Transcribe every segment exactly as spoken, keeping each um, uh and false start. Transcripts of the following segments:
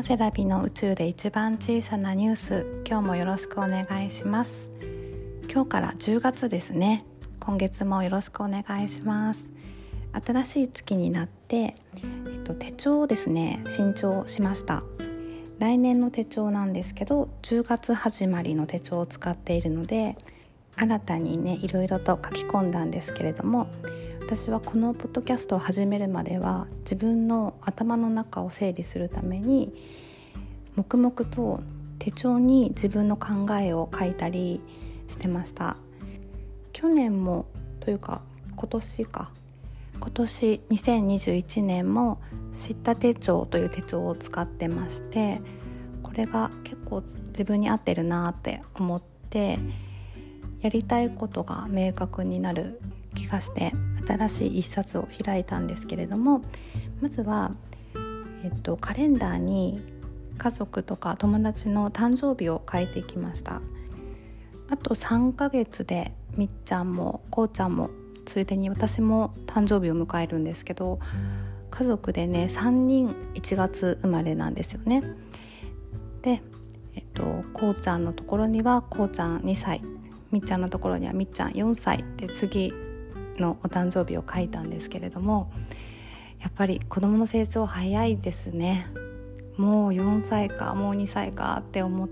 のセラビの宇宙で一番小さなニュース、今日もよろしくお願いします。今日からじゅうがつですね。今月もよろしくお願いします。新しい月になって、えっと、手帳をですね新調しました。来年の手帳なんですけど、じゅうがつ始まりの手帳を使っているので、新たにねいろいろと書き込んだんですけれども、私はこのポッドキャストを始めるまでは自分の頭の中を整理するために黙々と手帳に自分の考えを書いたりしてました。去年もというか今年か今年にせんにじゅういちねんも知った手帳という手帳を使ってまして、これが結構自分に合ってるなって思って、やりたいことが明確になる気がして新しい一冊を開いたんですけれども、まずは、えっと、カレンダーに家族とか友達の誕生日を書いてきました。あとさんかげつでみっちゃんもこうちゃんもついでに私も誕生日を迎えるんですけど、家族でねさんにんいちがつ生まれなんですよね。で、えっと、こうちゃんのところにはこうちゃんにさい、みっちゃんのところにはみっちゃんよんさいで次のお誕生日を書いたんですけれども、やっぱり子どもの成長早いですね。もうよんさいかもうにさいかって思って、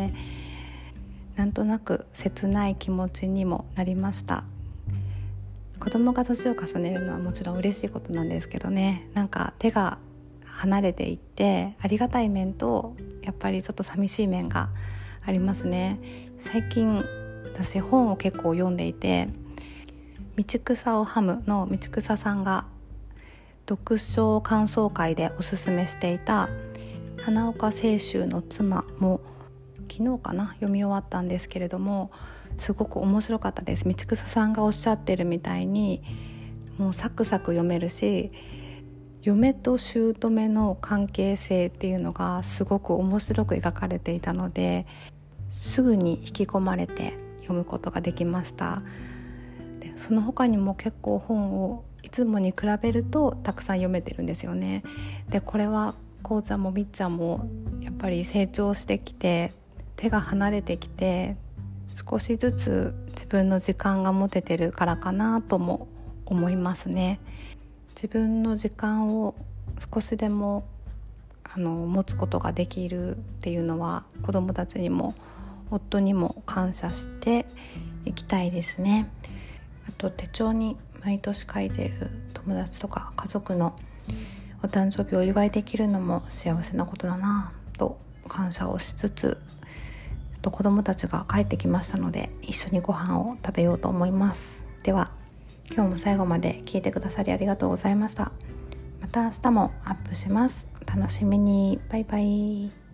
なんとなく切ない気持ちにもなりました。子供が年を重ねるのはもちろん嬉しいことなんですけどね、なんか手が離れていってありがたい面とやっぱりちょっと寂しい面がありますね。最近私本を結構読んでいて、道草をハムの道草さんが読書感想会でおすすめしていた花岡清舟の妻も昨日かな読み終わったんですけれども、すごく面白かったです。道草さんがおっしゃってるみたいにもうサクサク読めるし、嫁と姑の関係性っていうのがすごく面白く描かれていたので、すぐに引き込まれて読むことができました。でその他にも結構本をいつもに比べるとたくさん読めてるんですよね。でこれはこうちゃんもみっちゃんもやっぱり成長してきて手が離れてきて少しずつ自分の時間が持ててるからかなとも思いますね。自分の時間を少しでもあの持つことができるっていうのは子どもたちにも夫にも感謝していきたいですね。あと手帳に毎年書いている友達とか家族のお誕生日をお祝いできるのも幸せなことだなと感謝をしつつ、と子どもたちが帰ってきましたので一緒にご飯を食べようと思います。では今日も最後まで聞いてくださりありがとうございました。また明日もアップします。お楽しみに。バイバイ。